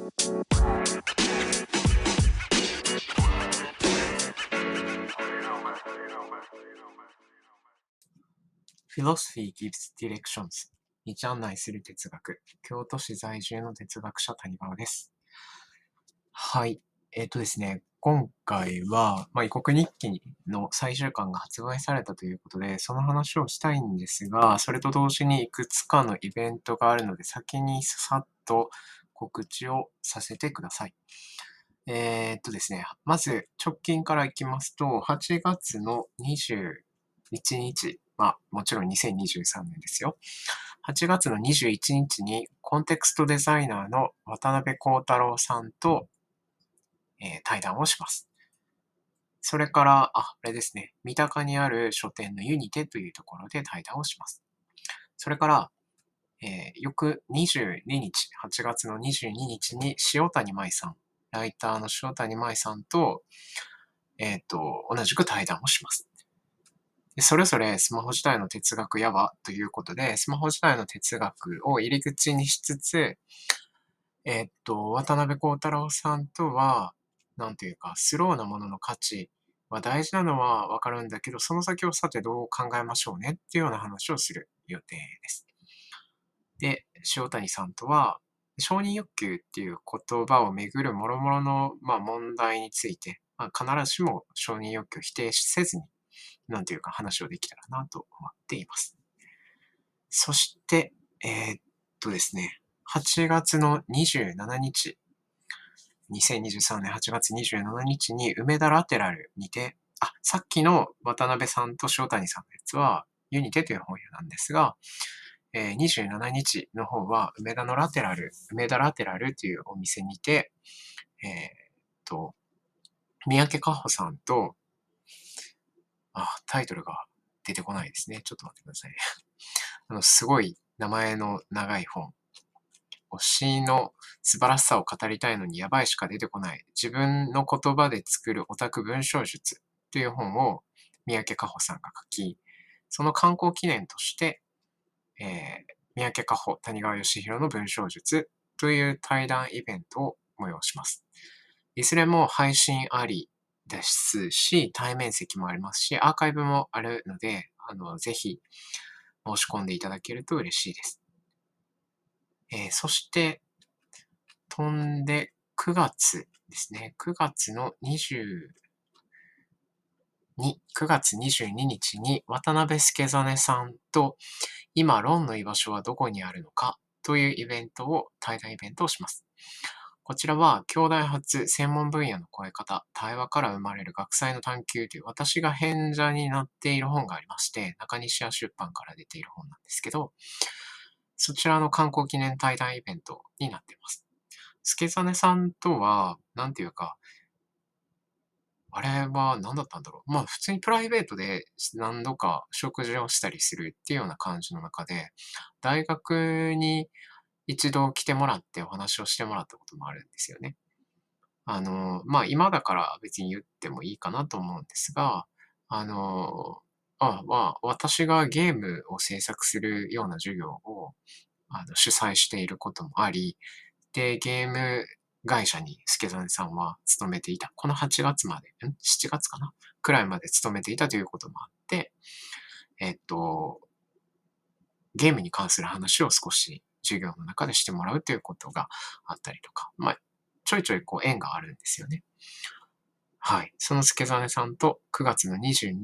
Philosophy gives directions に案内する哲学。京都市在住の哲学者谷川です。はい。ですね、今回は、異国日記の最終巻が発売されたということで、その話をしたいんですが、それと同時にいくつかのイベントがあるので、先にさっと告知をさせてください。ですね、まず直近からいきますと、8月の21日、もちろん2023年ですよ。8月の21日にコンテクストデザイナーの渡辺幸太郎さんと、対談をします。それから、あれですね、三鷹にある書店のユニテというところで対談をします。それから、翌22日、8月の22日に塩谷舞さん、ライターの塩谷舞さんと、同じく対談をします。でそれぞれスマホ時代の哲学やわということで、スマホ時代の哲学を入り口にしつつ、渡辺幸太郎さんとは、なんていうか、スローなものの価値は大事なのはわかるんだけど、その先をさてどう考えましょうねっていうような話をする予定です。で、塩谷さんとは、承認欲求っていう言葉をめぐる諸々の、問題について、必ずしも承認欲求を否定せずに、なんていうか話をできたらなと思っています。そして、ですね、8月の27日、2023年8月27日に梅田ラテラルにて、さっきの渡辺さんと塩谷さんのやつはユニテという本屋なんですが、27日の方は梅田ラテラルというお店にて、えーっと、三宅佳穂さんと、タイトルが出てこないですね。ちょっと待ってくださいね。すごい名前の長い本。推しの素晴らしさを語りたいのにやばいしか出てこない。自分の言葉で作るオタク文章術という本を三宅佳穂さんが書き、その観光記念として、三宅佳穂、谷川義弘の文章術という対談イベントを催します。いずれも配信ありですし、対面席もありますし、アーカイブもあるので、ぜひ申し込んでいただけると嬉しいです。そして、飛んで9月ですね。9月22日に渡辺助真さんと今、論の居場所はどこにあるのかという対談イベントをします。こちらは、兄弟発専門分野の超え方、対話から生まれる学際の探求という私が編者になっている本がありまして、中西屋出版から出ている本なんですけど、そちらの観光記念対談イベントになっています。助真さんとは、なんていうか、あれは何だったんだろう。普通にプライベートで何度か食事をしたりするっていうような感じの中で、大学に一度来てもらってお話をしてもらったこともあるんですよね。今だから別に言ってもいいかなと思うんですが、あの、私がゲームを制作するような授業を主催していることもあり、で、ゲーム会社に助真さんは勤めていた。この8月まで、7月かなくらいまで勤めていたということもあって、えっと、ゲームに関する話を少し授業の中でしてもらうということがあったりとか、ちょいちょい縁があるんですよね。はい。その助真さんと9月の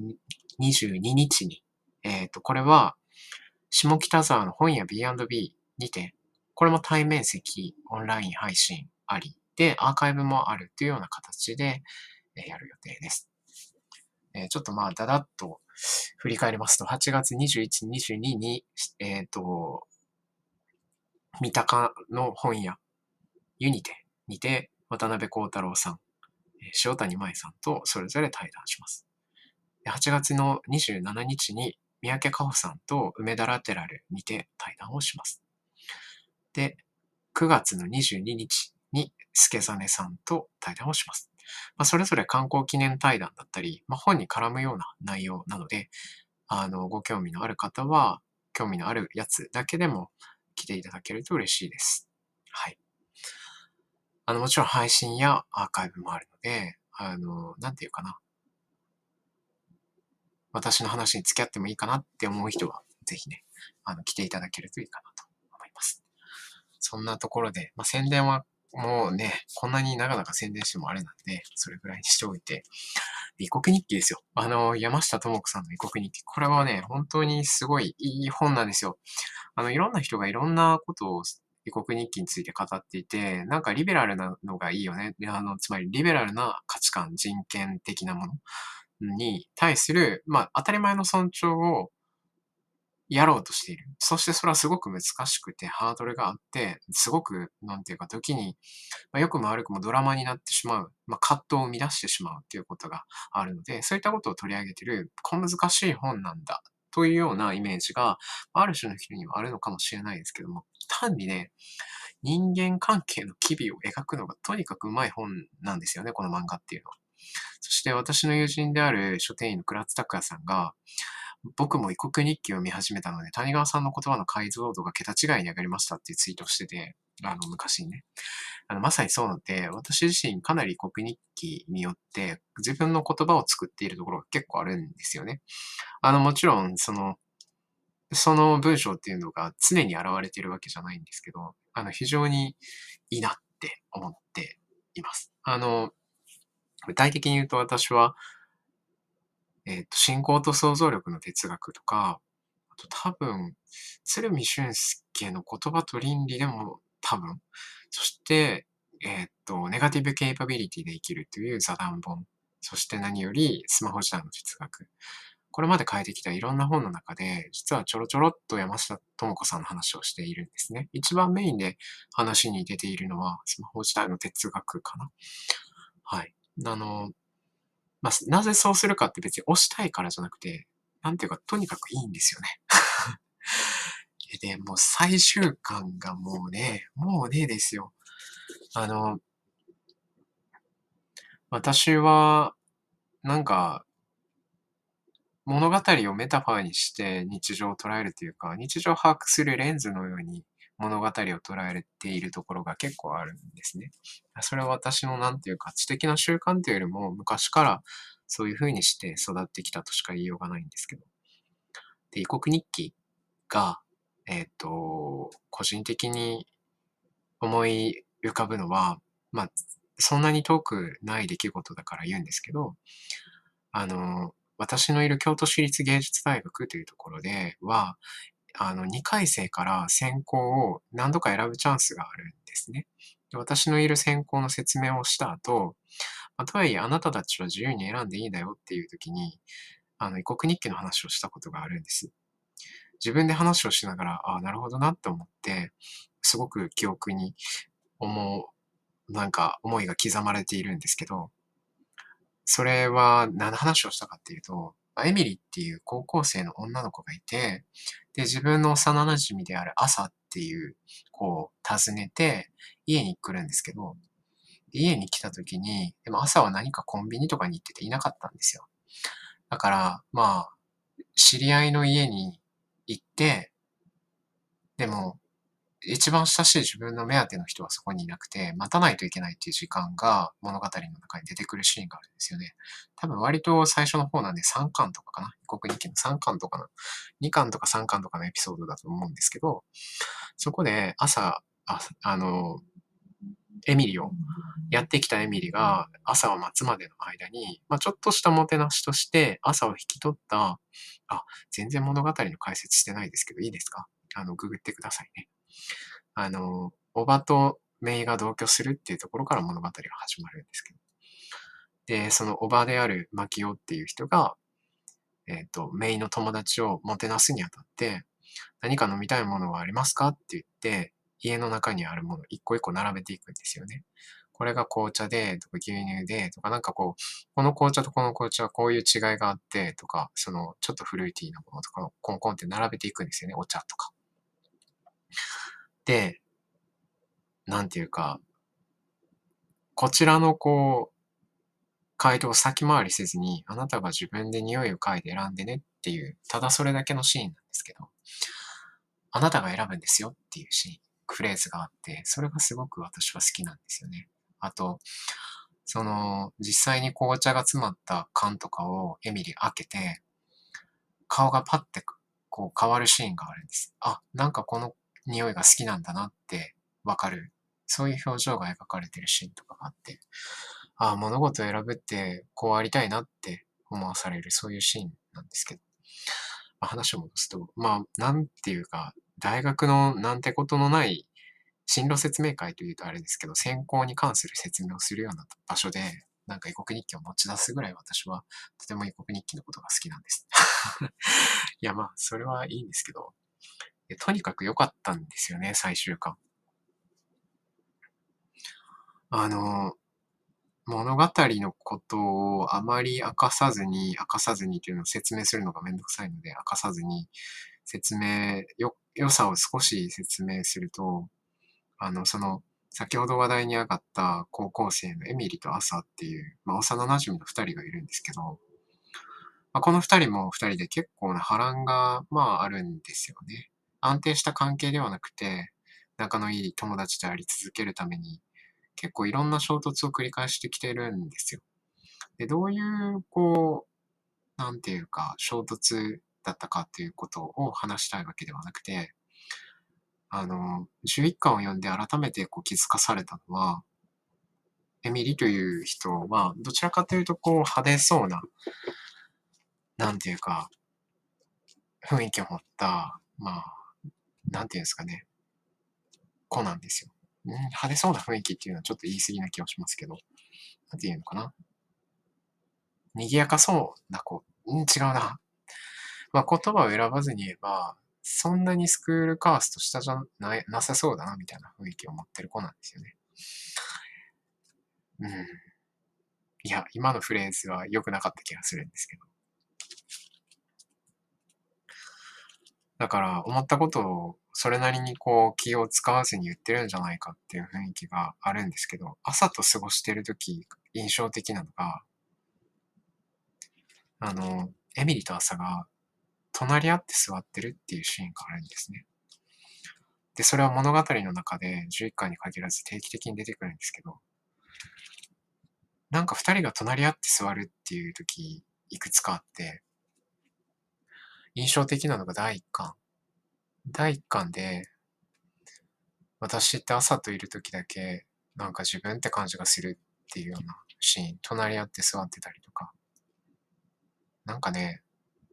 22日に、これは、下北沢の本屋 B&B にて、これも対面席、オンライン配信ありで、アーカイブもあるというような形で、やる予定です。ちょっとだだっと振り返りますと、8月21、22に、三鷹の本屋、ユニテにて、渡辺幸太郎さん、塩谷舞さんとそれぞれ対談します。8月の27日に三宅佳穂さんと梅田ラテラルにて対談をします。で、9月の22日に助真さんと対談をします。それぞれ観光記念対談だったり、本に絡むような内容なので、ご興味のある方は、興味のあるやつだけでも来ていただけると嬉しいです。はい。 もちろん配信やアーカイブもあるので、なんていうかな、私の話に付き合ってもいいかなって思う人は、ぜひね、来ていただけるといいかなと思います。そんなところで、宣伝はもうね、こんなに長々宣伝してもあれなんで、それぐらいにしておいて、異国日記ですよ。山下智子さんの異国日記。これはね、本当にすごいいい本なんですよ。いろんな人がいろんなことを異国日記について語っていて、なんかリベラルなのがいいよね。でつまりリベラルな価値観、人権的なものに対する、当たり前の尊重をやろうとしている。そしてそれはすごく難しくて、ハードルがあって、すごく、なんていうか、時に、良くも悪くもドラマになってしまう、葛藤を生み出してしまうっていうことがあるので、そういったことを取り上げている、小難しい本なんだ、というようなイメージが、ある種の人にはあるのかもしれないですけども、単にね、人間関係の機微を描くのがとにかくうまい本なんですよね、この漫画っていうのは。そして私の友人である書店員の倉津拓也さんが、僕も異国日記を見始めたので、谷川さんの言葉の解像度が桁違いに上がりましたっていうツイートをしてて、昔にね。まさにそうなので、私自身かなり異国日記によって自分の言葉を作っているところが結構あるんですよね。もちろん、その文章っていうのが常に現れているわけじゃないんですけど、非常にいいなって思っています。具体的に言うと私は、信仰と想像力の哲学とか、あと多分、鶴見俊介の言葉と倫理でも多分、そして、ネガティブケイパビリティで生きるという座談本、そして何よりスマホ時代の哲学。これまで変えてきたいろんな本の中で、実はちょろちょろっと山下智子さんの話をしているんですね。一番メインで話に出ているのは、スマホ時代の哲学かな。はい。なぜそうするかって別に押したいからじゃなくて、なんていうか、とにかくいいんですよね。で、もう最終巻がもうねですよ。あの、私は、なんか、物語をメタファーにして日常を捉えるというか、日常を把握するレンズのように物語を捉えているところが結構あるんですね。それは私のなんていうか知的な習慣というよりも昔からそういう風にして育ってきたとしか言いようがないんですけど。で、異国日記が、個人的に思い浮かぶのは、そんなに遠くない出来事だから言うんですけど、私のいる京都市立芸術大学というところでは、2回生から専攻を何度か選ぶチャンスがあるんですね。で、私のいる専攻の説明をした後、とはいえあなたたちは自由に選んでいいんだよっていう時に、異国日記の話をしたことがあるんです。自分で話をしながら、ああ、なるほどなって思って、すごく記憶になんか思いが刻まれているんですけど、それは何の話をしたかっていうと、エミリーっていう高校生の女の子がいて、で、自分の幼馴染である朝っていう子を訪ねて、家に来るんですけど、家に来た時に、でも朝は何かコンビニとかに行ってていなかったんですよ。だから、知り合いの家に行って、でも一番親しい自分の目当ての人はそこにいなくて、待たないといけないっていう時間が物語の中に出てくるシーンがあるんですよね。多分割と最初の方なんで3巻とかかな。異国日記の3巻とかの、2巻とか3巻とかのエピソードだと思うんですけど、そこで朝、エミリを、やってきたエミリが朝を待つまでの間に、ちょっとしたもてなしとして朝を引き取った、全然物語の解説してないですけどいいですか？ググってくださいね。叔母と姪が同居するっていうところから物語が始まるんですけど。で、その叔母である牧雄っていう人が、姪の友達をもてなすにあたって、何か飲みたいものはありますかって言って、家の中にあるもの一個一個並べていくんですよね。これが紅茶で、とか牛乳で、とかなんかこう、この紅茶とこの紅茶はこういう違いがあって、とか、ちょっとフルーティーなものとかをコンコンって並べていくんですよね、お茶とか。で、なんていうか、こちらの回答を先回りせずに、あなたが自分で匂いを嗅いで選んでねっていう、ただそれだけのシーンなんですけど、あなたが選ぶんですよっていうフレーズがあって、それがすごく私は好きなんですよね。 あと、実際に紅茶が詰まった缶とかをエミリ開けて、顔がパッてこう変わるシーンがあるんです。あ、なんかこの匂いが好きなんだなってわかる。そういう表情が描かれてるシーンとかがあって、ああ、物事を選ぶってこうありたいなって思わされる、そういうシーンなんですけど。話を戻すと、なんていうか、大学のなんてことのない進路説明会というとあれですけど、専攻に関する説明をするような場所で、なんか異国日記を持ち出すぐらい私はとても異国日記のことが好きなんです。いや、それはいいんですけど、とにかく良かったんですよね、最終巻。あの、物語のことをあまり明かさずにというのを説明するのがめんどくさいので、明かさずに良さを少し説明すると、先ほど話題に上がった高校生のエミリとアサっていう、幼馴染の二人がいるんですけど、この二人も二人で結構な波乱が、あるんですよね。安定した関係ではなくて、仲のいい友達であり続けるために、結構いろんな衝突を繰り返してきてるんですよ。で、どういう、なんていうか、衝突だったかっていうことを話したいわけではなくて、11巻を読んで改めて気づかされたのは、エミリという人は、どちらかというと派手そうな、なんていうか、雰囲気を持った、なんていうんですかね、子なんですよ。派手そうな雰囲気っていうのはちょっと言い過ぎな気がしますけど、なんていうのかな。賑やかそうな子。違うな。言葉を選ばずに言えば、そんなにスクールカースト下じゃなさそうだな、みたいな雰囲気を持ってる子なんですよね。うん。いや、今のフレーズは良くなかった気がするんですけど。だから思ったことをそれなりに気を使わずに言ってるんじゃないかっていう雰囲気があるんですけど、朝と過ごしてる時印象的なのが、エミリと朝が隣り合って座ってるっていうシーンがあるんですね。で、それは物語の中で11巻に限らず定期的に出てくるんですけど、なんか二人が隣り合って座るっていう時、いくつかあって、印象的なのが第1巻。第1巻で、私って朝といる時だけ、なんか自分って感じがするっていうようなシーン、隣り合って座ってたりとか、なんかね、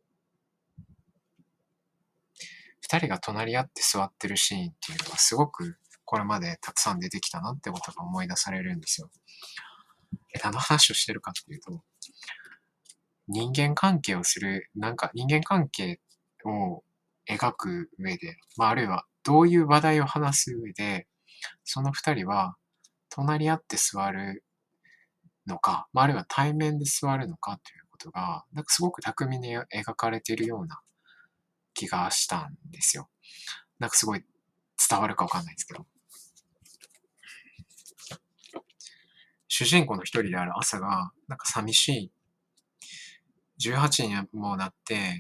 二人が隣り合って座ってるシーンっていうのがすごくこれまでたくさん出てきたなってことが思い出されるんですよ。何の話をしてるかっていうと、人間関係をする、なんか人間関係を描く上で、あるいはどういう話題を話す上で、その二人は隣り合って座るのか、あるいは対面で座るのかということが、なんかすごく巧みに描かれているような気がしたんですよ。なんかすごい伝わるかわかんないんですけど。主人公の一人である朝が、なんか寂しい、18にもなって、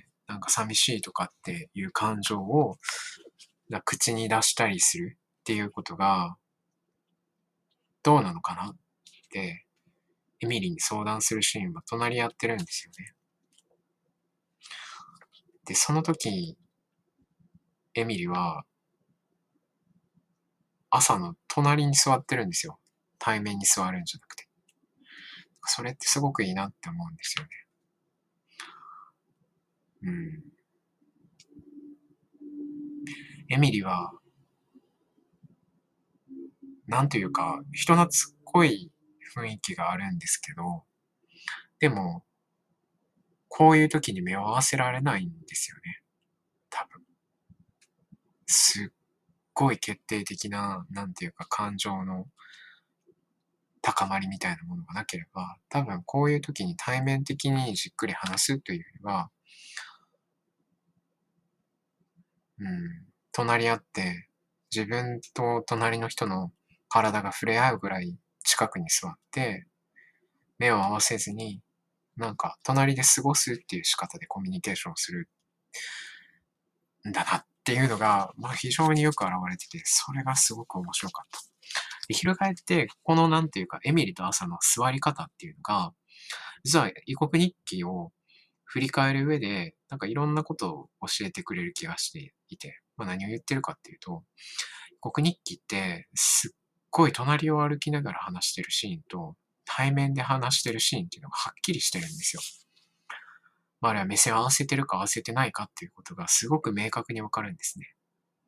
なんか寂しいとかっていう感情を口に出したりするっていうことがどうなのかなって、エミリーに相談するシーンは隣り合ってるんですよね。で、その時、エミリーは朝の隣に座ってるんですよ。対面に座るんじゃなくて。それってすごくいいなって思うんですよね。うん。エミリーは、なんというか、人懐っこい雰囲気があるんですけど、でも、こういう時に目を合わせられないんですよね。多分。すっごい決定的な、なんていうか、感情の高まりみたいなものがなければ、多分こういう時に対面的にじっくり話すというよりは、隣り合って、自分と隣の人の体が触れ合うぐらい近くに座って、目を合わせずに、なんか隣で過ごすっていう仕方でコミュニケーションをするんだなっていうのが、非常によく表れてて、それがすごく面白かった。 で、翻って、このなんていうか、エミリと朝の座り方っていうのが、実は異国日記を振り返る上で、なんかいろんなことを教えてくれる気がしていて、何を言ってるかっていうと、異国日記ってすっごい隣を歩きながら話してるシーンと、対面で話してるシーンっていうのがはっきりしてるんですよ。あれは目線を合わせてるか合わせてないかっていうことがすごく明確にわかるんですね。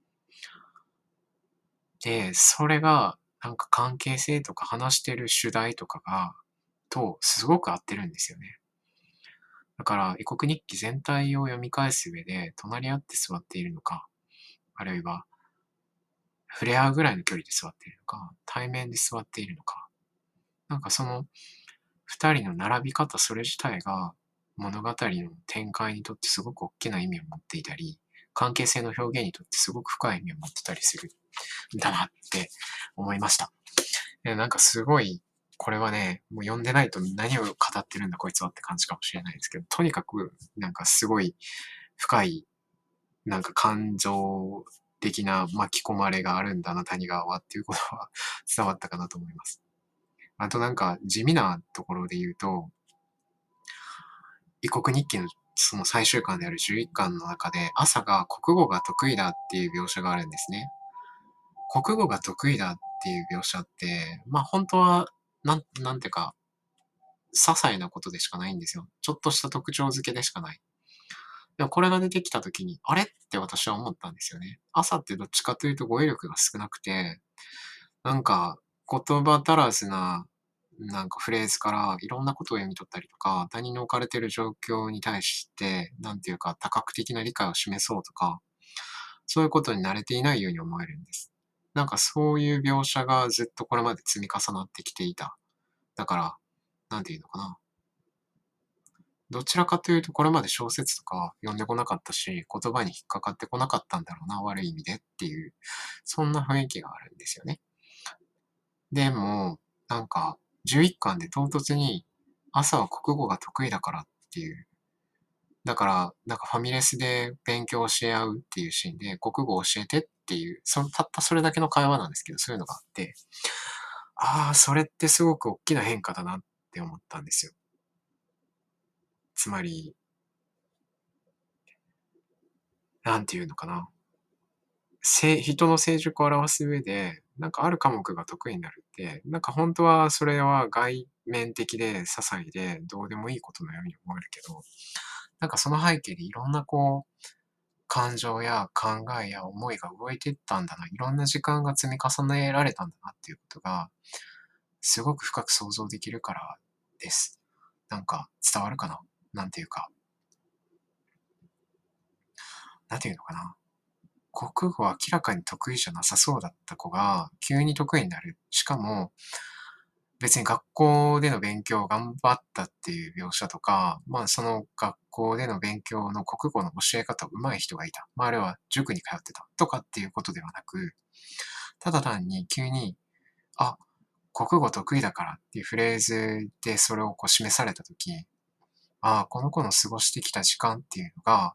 で、それがなんか関係性とか話してる主題とかとすごく合ってるんですよね。だから、異国日記全体を読み返す上で、隣り合って座っているのか、あるいは触れ合うぐらいの距離で座っているのか、対面で座っているのか、なんかその二人の並び方それ自体が物語の展開にとってすごく大きな意味を持っていたり、関係性の表現にとってすごく深い意味を持ってたりするんだなって思いました。なんかすごい、これはね、もう読んでないと何を語ってるんだこいつはって感じかもしれないですけど、とにかくなんかすごい深い、なんか感情的な巻き込まれがあるんだな、谷川はっていうことは伝わったかなと思います。あとなんか地味なところで言うと、異国日記のその最終巻である11巻の中で、朝が国語が得意だっていう描写があるんですね。国語が得意だっていう描写って、本当は、なんていうか、些細なことでしかないんですよ。ちょっとした特徴付けでしかない。でもこれが出てきた時に、あれって私は思ったんですよね。朝ってどっちかというと語彙力が少なくて、なんか言葉足らずな、なんかフレーズからいろんなことを読み取ったりとか、他人の置かれている状況に対して、なんていうか多角的な理解を示そうとか、そういうことに慣れていないように思えるんです。なんかそういう描写がずっとこれまで積み重なってきていた。だから、なんていうのかな。どちらかというとこれまで小説とか読んでこなかったし、言葉に引っかかってこなかったんだろうな、悪い意味でっていう、そんな雰囲気があるんですよね。でも、なんか、11巻で唐突に、朝は国語が得意だからっていう、だから、なんかファミレスで勉強を教え合うっていうシーンで、国語を教えてっていう、たったそれだけの会話なんですけど、そういうのがあって、ああ、それってすごく大きな変化だなって思ったんですよ。つまり、なんていうのかな。人の成熟を表す上で、なんかある科目が得意になるって、なんか本当はそれは外面的で些細でどうでもいいことのように思えるけど、なんかその背景でいろんな感情や考えや思いが動いていったんだな、いろんな時間が積み重ねられたんだなっていうことが、すごく深く想像できるからです。なんか伝わるかな、なんていうか、なんていうのかな。国語は明らかに得意じゃなさそうだった子が、急に得意になる。しかも、別に学校での勉強を頑張ったっていう描写とか、その学校での勉強の国語の教え方を上手い人がいた。あるいは塾に通ってた。とかっていうことではなく、ただ単に急に、あ、国語得意だからっていうフレーズでそれを示されたとき、この子の過ごしてきた時間っていうのが、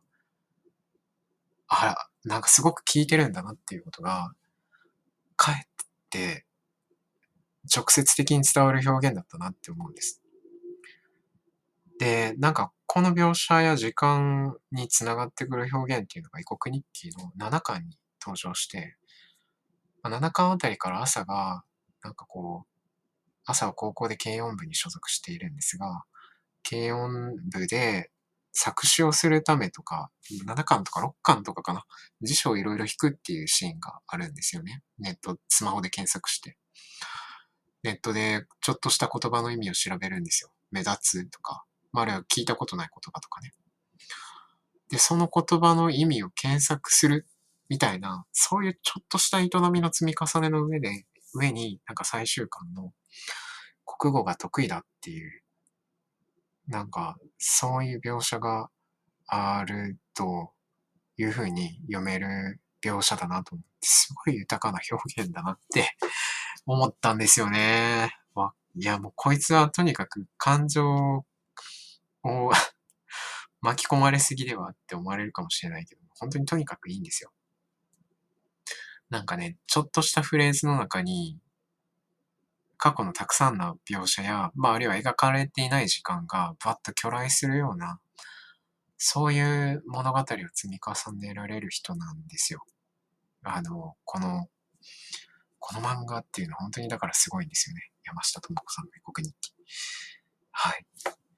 なんかすごく効いてるんだなっていうことが、かえって直接的に伝わる表現だったなって思うんです。で、なんかこの描写や時間に繋がってくる表現っていうのが異国日記の7巻に登場して、7巻あたりからなんか朝は高校で軽音部に所属しているんですが、軽音部で作詞をするためとか、7巻とか6巻とかかな、辞書をいろいろ引くっていうシーンがあるんですよね。スマホで検索して。ネットでちょっとした言葉の意味を調べるんですよ。目立つとか、あるいは聞いたことない言葉とかね。で、その言葉の意味を検索するみたいな、そういうちょっとした営みの積み重ねの上に、なんか最終巻の国語が得意だっていう、なんかそういう描写があるという風に読める描写だなと思って、すごい豊かな表現だなって思ったんですよね。いや、もうこいつはとにかく感情を巻き込まれすぎではって思われるかもしれないけど、本当にとにかくいいんですよ。なんかね、ちょっとしたフレーズの中に、 過去のたくさんの描写や、あるいは描かれていない時間がバッと去来するような、そういう物語を積み重ねられる人なんですよ。あの、このこの漫画っていうのは本当にだからすごいんですよね。山下智子さんの異国日記。はい。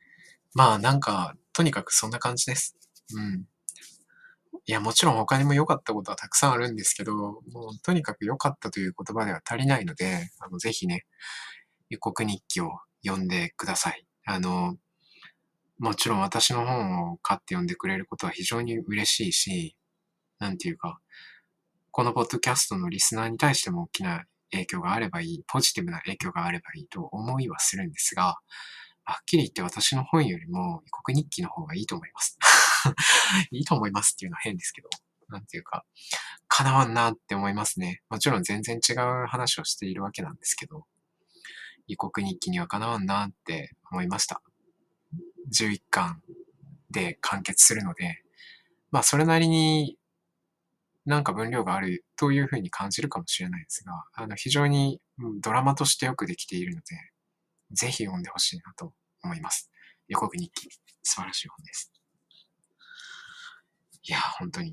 とにかくそんな感じです。うん。いや、もちろん他にも良かったことはたくさんあるんですけど、もうとにかく良かったという言葉では足りないので、ぜひね、異国日記を読んでください。もちろん私の本を買って読んでくれることは非常に嬉しいし、なんていうか、このポッドキャストのリスナーに対しても大きな影響があればいい、ポジティブな影響があればいいと思いはするんですが、はっきり言って私の本よりも異国日記の方がいいと思います。いいと思いますっていうのは変ですけど、なんていうか、叶わんなって思いますね。もちろん全然違う話をしているわけなんですけど、異国日記にはかなわんなって思いました。11巻で完結するので、それなりになんか分量があるというふうに感じるかもしれないですが、非常にドラマとしてよくできているので、ぜひ読んでほしいなと思います。異国日記、素晴らしい本です。いや、本当に。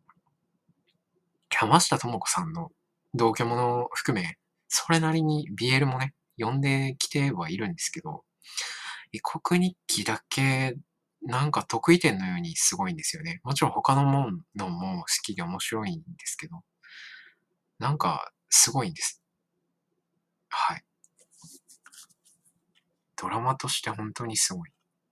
山下智子さんの同居者を含め、それなりに BL もね、読んできてはいるんですけど、異国日記だけ、なんか得意点のようにすごいんですよね。もちろん他ののも好きで面白いんですけど、なんかすごいんです。はい。ドラマとして本当にすごい。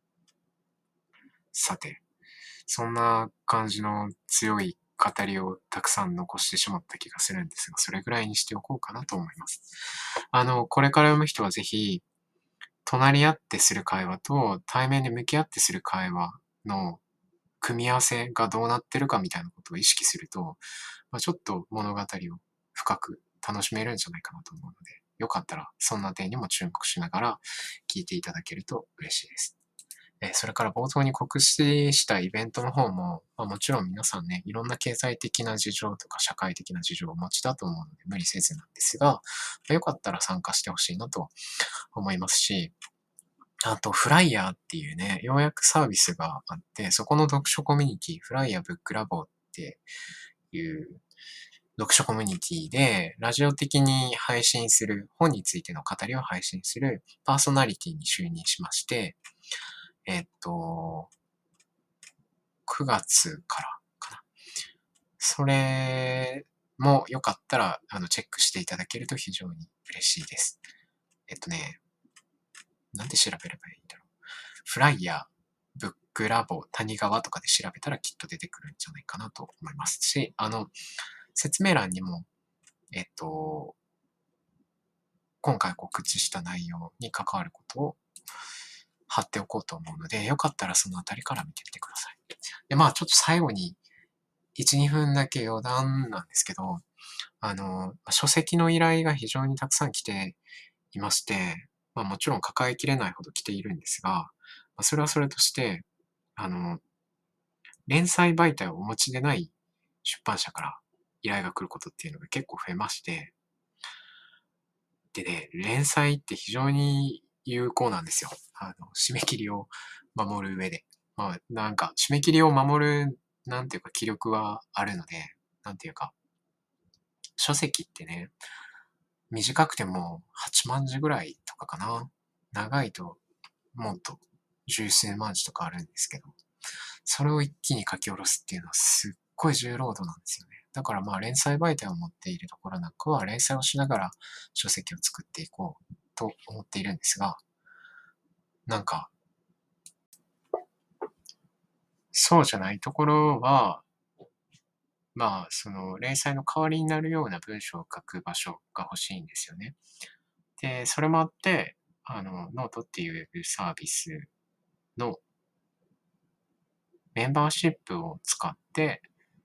さて、そんな感じの強い語りをたくさん残してしまった気がするんですが、それぐらいにしておこうかなと思います。これから読む人はぜひ、隣り合ってする会話と対面で向き合ってする会話の組み合わせがどうなってるかみたいなことを意識すると、ちょっと物語を深く楽しめるんじゃないかなと思うので、よかったらそんな点にも注目しながら聞いていただけると嬉しいです。それから冒頭に告知したイベントの方も、もちろん皆さんね、いろんな経済的な事情とか社会的な事情をお持ちだと思うので無理せずなんですが、よかったら参加してほしいなと思いますし、あと、フライヤーっていうね、ようやくサービスがあって、そこの読書コミュニティ、フライヤーブックラボっていう読書コミュニティで、ラジオ的に配信する、本についての語りを配信するパーソナリティに就任しまして、えっと、9月からかな。それもよかったら、チェックしていただけると非常に嬉しいです。なんで調べればいいんだろう。フライヤー、ブックラボ、谷川とかで調べたらきっと出てくるんじゃないかなと思いますし、説明欄にも、えっと、今回告知した内容に関わることを貼っておこうと思うので、よかったらそのあたりから見てみてください。で、ちょっと最後に1、2分だけ余談なんですけど、書籍の依頼が非常にたくさん来ていまして、もちろん抱えきれないほど来ているんですが、それはそれとして、あの、連載媒体をお持ちでない出版社から依頼が来ることっていうのが結構増えまして、でね、連載って非常に有効なんですよ。締め切りを守る上で。締め切りを守る、なんていうか、気力はあるので、なんていうか、書籍ってね、短くても8万字ぐらいとかかな。長いともっと十数万字とかあるんですけど、それを一気に書き下ろすっていうのはすっごい重労働なんですよね。だから連載媒体を持っているところなんかは連載をしながら書籍を作っていこうと思っているんですが、なんか、そうじゃないところは、その連載の代わりになるような文章を書く場所が欲しいんですよね。で、それもあって、ノートっていうウェブサービスのメンバーシップを使って、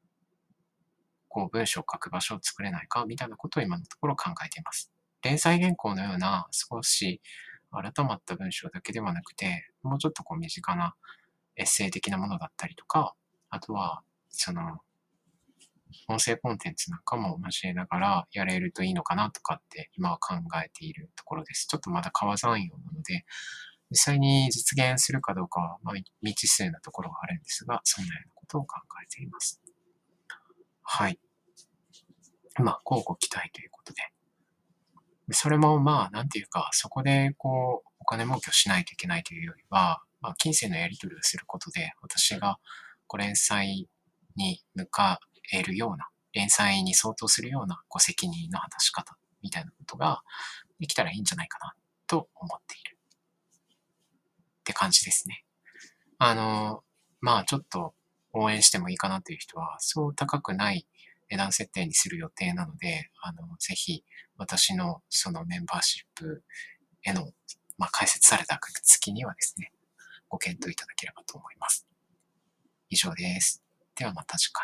文章を書く場所を作れないかみたいなことを今のところ考えています。連載原稿のような少し改まった文章だけではなくて、もうちょっと身近なエッセイ的なものだったりとか、あとは、その、 音声コンテンツなんかも交えながらやれるといいのかなとかって今は考えているところです。ちょっとまだ川山用なので、実際に実現するかどうかは、未知数なところがあるんですが、そんなようなことを考えています。はい。交互期待ということで。それもなんていうか、そこでお金儲けをしないといけないというよりは、金銭のやり取りをすることで、私が連載に向かえるような、連載に相当するような責任の果たし方みたいなことができたらいいんじゃないかなと思っているって感じですね。ちょっと応援してもいいかなという人は、そう高くない値段設定にする予定なので、ぜひ私のそのメンバーシップへの、開設された月にはですね、ご検討いただければと思います。以上です。ではまた次回。